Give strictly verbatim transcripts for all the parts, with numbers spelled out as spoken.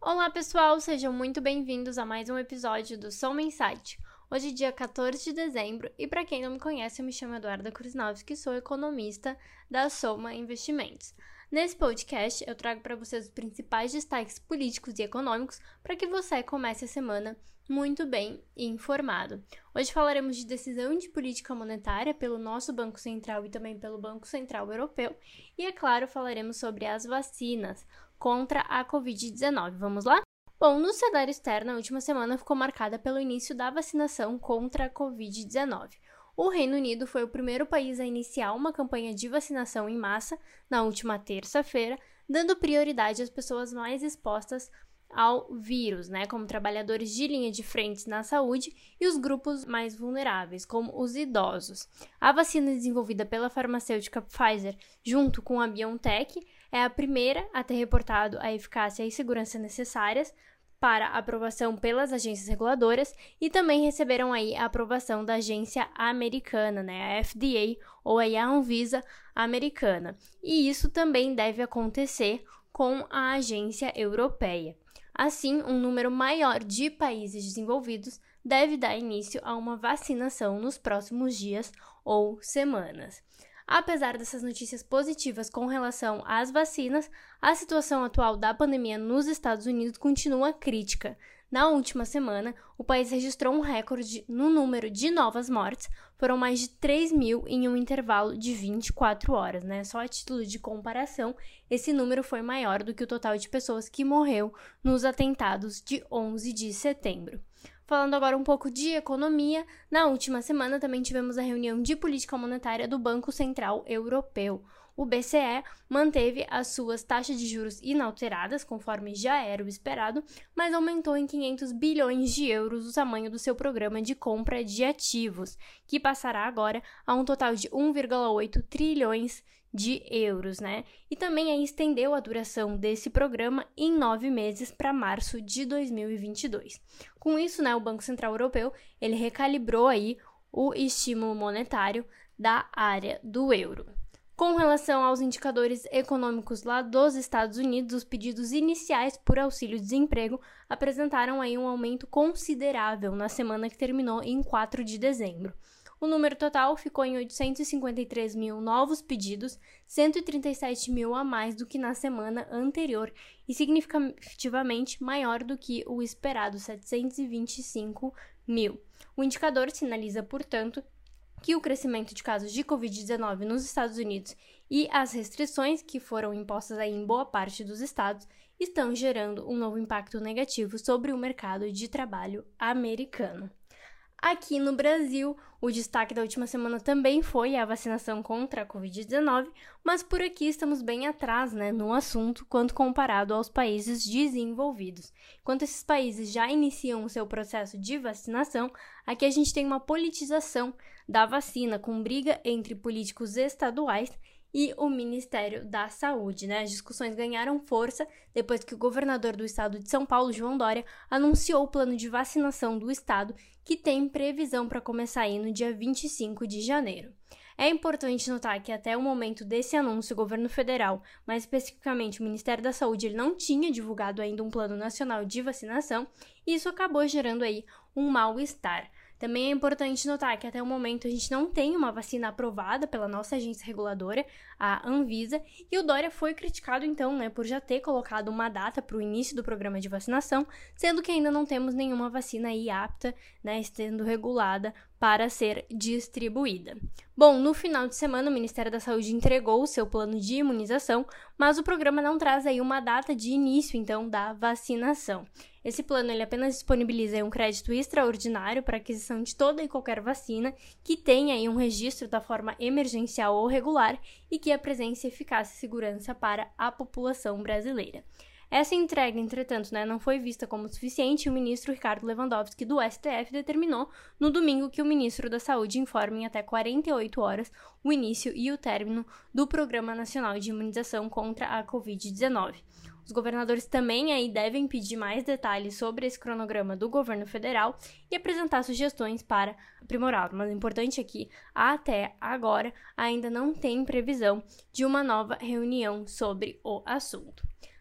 Olá pessoal, sejam muito bem-vindos a mais um episódio do Soma Insight. Hoje é dia quatorze de dezembro e para quem não me conhece, eu me chamo Eduarda Krusnovski e sou economista da Soma Investimentos. Nesse podcast, eu trago para vocês os principais destaques políticos e econômicos para que você comece a semana muito bem informado. Hoje falaremos de decisão de política monetária pelo nosso Banco Central e também pelo Banco Central Europeu e, é claro, falaremos sobre as vacinas contra a covid dezenove. Vamos lá? Bom, no cenário externo, a última semana ficou marcada pelo início da vacinação contra a covid dezenove. O Reino Unido foi o primeiro país a iniciar uma campanha de vacinação em massa na última terça-feira, dando prioridade às pessoas mais expostas ao vírus, né, como trabalhadores de linha de frente na saúde e os grupos mais vulneráveis, como os idosos. A vacina desenvolvida pela farmacêutica Pfizer, junto com a BioNTech, é a primeira a ter reportado a eficácia e segurança necessárias para aprovação pelas agências reguladoras e também receberam aí a aprovação da agência americana, né, a F D A ou aí a Anvisa americana. E isso também deve acontecer com a agência europeia. Assim, um número maior de países desenvolvidos deve dar início a uma vacinação nos próximos dias ou semanas. Apesar dessas notícias positivas com relação às vacinas, a situação atual da pandemia nos Estados Unidos continua crítica. Na última semana, o país registrou um recorde no número de novas mortes, foram mais de três mil em um intervalo de vinte e quatro horas, né? Só a título de comparação, esse número foi maior do que o total de pessoas que morreu nos atentados de onze de setembro. Falando agora um pouco de economia, na última semana também tivemos a reunião de política monetária do Banco Central Europeu. O B C E manteve as suas taxas de juros inalteradas, conforme já era o esperado, mas aumentou em quinhentos bilhões de euros o tamanho do seu programa de compra de ativos, que passará agora a um total de um vírgula oito trilhões de euros, né? E também aí estendeu a duração desse programa em nove meses para março de dois mil e vinte e dois. Com isso, né, o Banco Central Europeu ele recalibrou aí o estímulo monetário da área do euro. Com relação aos indicadores econômicos lá dos Estados Unidos, os pedidos iniciais por auxílio-desemprego apresentaram aí um aumento considerável na semana que terminou em quatro de dezembro. O número total ficou em oitocentos e cinquenta e três mil novos pedidos, cento e trinta e sete mil a mais do que na semana anterior e significativamente maior do que o esperado, setecentos e vinte e cinco mil. O indicador sinaliza, portanto, que o crescimento de casos de covid dezenove nos Estados Unidos e as restrições que foram impostas aí em boa parte dos estados estão gerando um novo impacto negativo sobre o mercado de trabalho americano. Aqui no Brasil, o destaque da última semana também foi a vacinação contra a covid dezenove, mas por aqui estamos bem atrás, né, no assunto quando comparado aos países desenvolvidos. Enquanto esses países já iniciam o seu processo de vacinação, aqui a gente tem uma politização da vacina com briga entre políticos estaduais e o Ministério da Saúde, né? As discussões ganharam força depois que o governador do estado de São Paulo, João Dória, anunciou o plano de vacinação do estado, que tem previsão para começar aí no dia vinte e cinco de janeiro. É importante notar que até o momento desse anúncio, o governo federal, mais especificamente o Ministério da Saúde, ele não tinha divulgado ainda um plano nacional de vacinação, e isso acabou gerando aí um mal-estar. Também é importante notar que até o momento a gente não tem uma vacina aprovada pela nossa agência reguladora, a Anvisa, e o Dória foi criticado então, né, por já ter colocado uma data para o início do programa de vacinação, sendo que ainda não temos nenhuma vacina aí apta, né, sendo regulada para ser distribuída. Bom, no final de semana o Ministério da Saúde entregou o seu plano de imunização, mas o programa não traz aí uma data de início, então, da vacinação. Esse plano ele apenas disponibiliza um crédito extraordinário para aquisição de toda e qualquer vacina que tenha aí um registro da forma emergencial ou regular e que apresente eficácia e segurança para a população brasileira. Essa entrega, entretanto, né, não foi vista como suficiente e o ministro Ricardo Lewandowski do S T F determinou no domingo que o ministro da Saúde informe em até quarenta e oito horas o início e o término do Programa Nacional de Imunização contra a covid dezenove. Os governadores também aí devem pedir mais detalhes sobre esse cronograma do governo federal e apresentar sugestões para aprimorá-lo. Mas o importante é que, até agora, ainda não tem previsão de uma nova reunião sobre o assunto.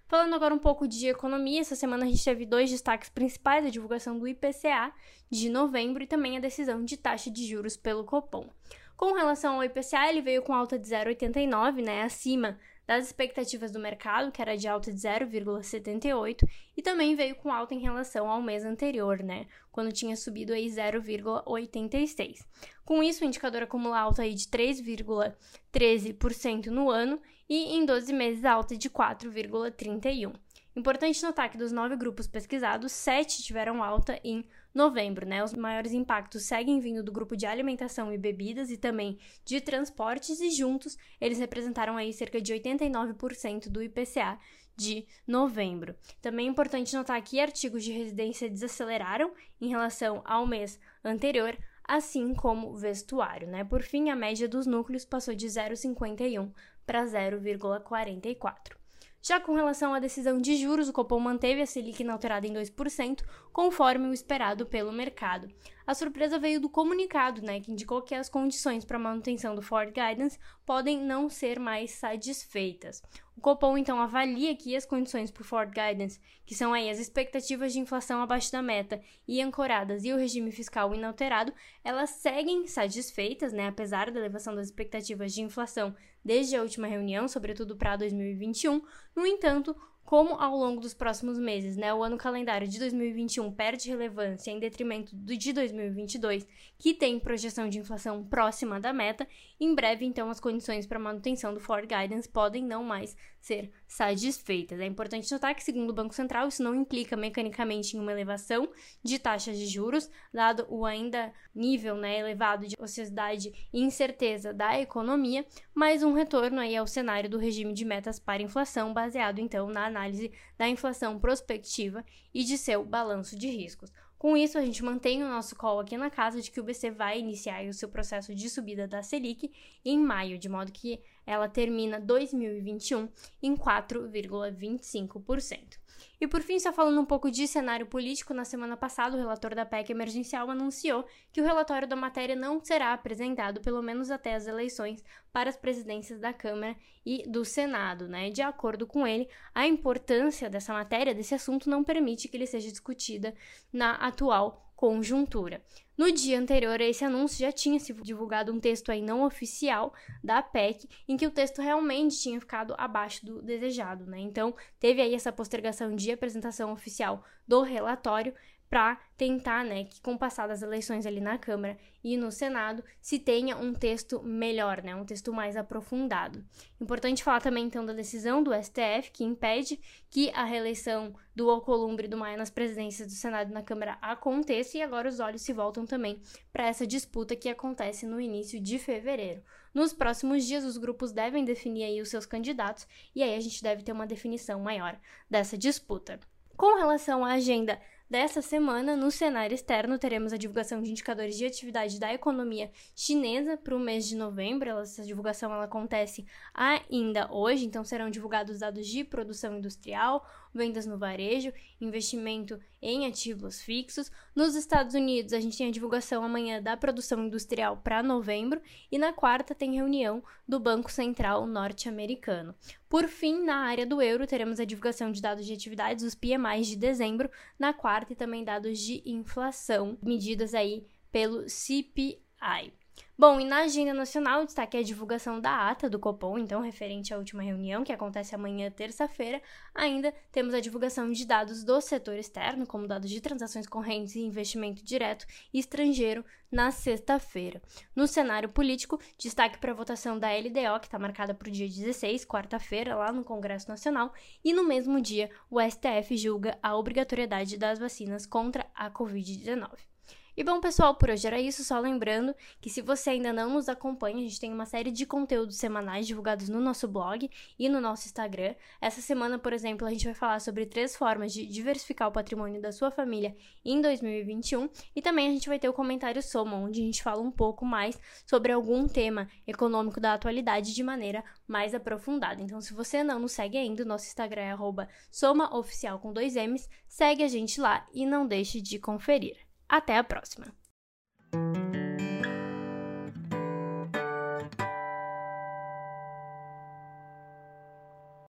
Falando agora um pouco de economia, essa semana a gente teve dois destaques principais, a divulgação do I P C A de novembro e também a decisão de taxa de juros pelo Copom. Com relação ao I P C A, ele veio com alta de zero vírgula oitenta e nove, né, acima das expectativas do mercado, que era de alta de zero vírgula setenta e oito, e também veio com alta em relação ao mês anterior, né, quando tinha subido aí zero vírgula oitenta e seis. Com isso, o indicador acumula alta aí de três vírgula treze por cento no ano e em doze meses alta de quatro vírgula trinta e um. Importante notar que dos nove grupos pesquisados, sete tiveram alta em novembro, né? Os maiores impactos seguem vindo do grupo de alimentação e bebidas e também de transportes e juntos eles representaram aí cerca de oitenta e nove por cento do I P C A de novembro. Também é importante notar que artigos de residência desaceleraram em relação ao mês anterior, assim como vestuário, né? Por fim, a média dos núcleos passou de zero vírgula cinquenta e um para zero vírgula quarenta e quatro. Já com relação à decisão de juros, o Copom manteve a Selic inalterada em dois por cento, conforme o esperado pelo mercado. A surpresa veio do comunicado, né, que indicou que as condições para a manutenção do Forward Guidance podem não ser mais satisfeitas. O Copom, então, avalia aqui as condições para o Forward Guidance, que são aí as expectativas de inflação abaixo da meta e ancoradas e o regime fiscal inalterado, elas seguem satisfeitas, né, apesar da elevação das expectativas de inflação desde a última reunião, sobretudo para dois mil e vinte e um. No entanto, como ao longo dos próximos meses, né, o ano calendário de dois mil e vinte e um perde relevância em detrimento do de dois mil e vinte e dois, que tem projeção de inflação próxima da meta, em breve, então, as condições para manutenção do Forward Guidance podem não mais ser satisfeitas. É importante notar que, segundo o Banco Central, isso não implica mecanicamente em uma elevação de taxas de juros, dado o ainda nível, né, elevado de ociosidade e incerteza da economia, mas um retorno aí ao cenário do regime de metas para inflação, baseado, então, na análise da inflação prospectiva e de seu balanço de riscos. Com isso, a gente mantém o nosso call aqui na casa de que o B C vai iniciar o seu processo de subida da Selic em maio, de modo que ela termina dois mil e vinte e um em quatro vírgula vinte e cinco por cento. E por fim, só falando um pouco de cenário político, na semana passada o relator da P E C emergencial anunciou que o relatório da matéria não será apresentado pelo menos até as eleições para as presidências da Câmara e do Senado, né? De acordo com ele, a importância dessa matéria, desse assunto, não permite que ele seja discutida na atual conjuntura. No dia anterior a esse anúncio, já tinha se divulgado um texto aí não oficial da P E C, em que o texto realmente tinha ficado abaixo do desejado, né? Então, teve aí essa postergação de apresentação oficial do relatório para tentar, né, que com o passar das eleições ali na Câmara e no Senado, se tenha um texto melhor, né, um texto mais aprofundado. Importante falar também, então, da decisão do S T F, que impede que a reeleição do Alcolumbre e do Maia nas presidências do Senado e na Câmara aconteça, e agora os olhos se voltam também para essa disputa que acontece no início de fevereiro. Nos próximos dias, os grupos devem definir aí os seus candidatos, e aí a gente deve ter uma definição maior dessa disputa. Com relação à agenda dessa semana, no cenário externo, teremos a divulgação de indicadores de atividade da economia chinesa para o mês de novembro. Essa divulgação ela acontece ainda hoje, então serão divulgados dados de produção industrial, vendas no varejo, investimento em ativos fixos. Nos Estados Unidos, a gente tem a divulgação amanhã da produção industrial para novembro e na quarta tem reunião do Banco Central norte-americano. Por fim, na área do euro, teremos a divulgação de dados de atividades, os P M Is de dezembro, na quarta e também dados de inflação, medidas aí pelo C P I. Bom, e na agenda nacional, o destaque é a divulgação da ata do Copom, então, referente à última reunião, que acontece amanhã, terça-feira. Ainda temos a divulgação de dados do setor externo, como dados de transações correntes e investimento direto e estrangeiro, na sexta-feira. No cenário político, destaque para a votação da L D O, que está marcada para o dia dezesseis, quarta-feira, lá no Congresso Nacional, e no mesmo dia, o S T F julga a obrigatoriedade das vacinas contra a covid dezenove. E bom, pessoal, por hoje era isso, só lembrando que se você ainda não nos acompanha, a gente tem uma série de conteúdos semanais divulgados no nosso blog e no nosso Instagram. Essa semana, por exemplo, a gente vai falar sobre três formas de diversificar o patrimônio da sua família em dois mil e vinte e um, e também a gente vai ter o comentário Soma, onde a gente fala um pouco mais sobre algum tema econômico da atualidade de maneira mais aprofundada. Então, se você não nos segue ainda, o nosso Instagram é arroba somaoficial com dois M's, segue a gente lá e não deixe de conferir. Até a próxima!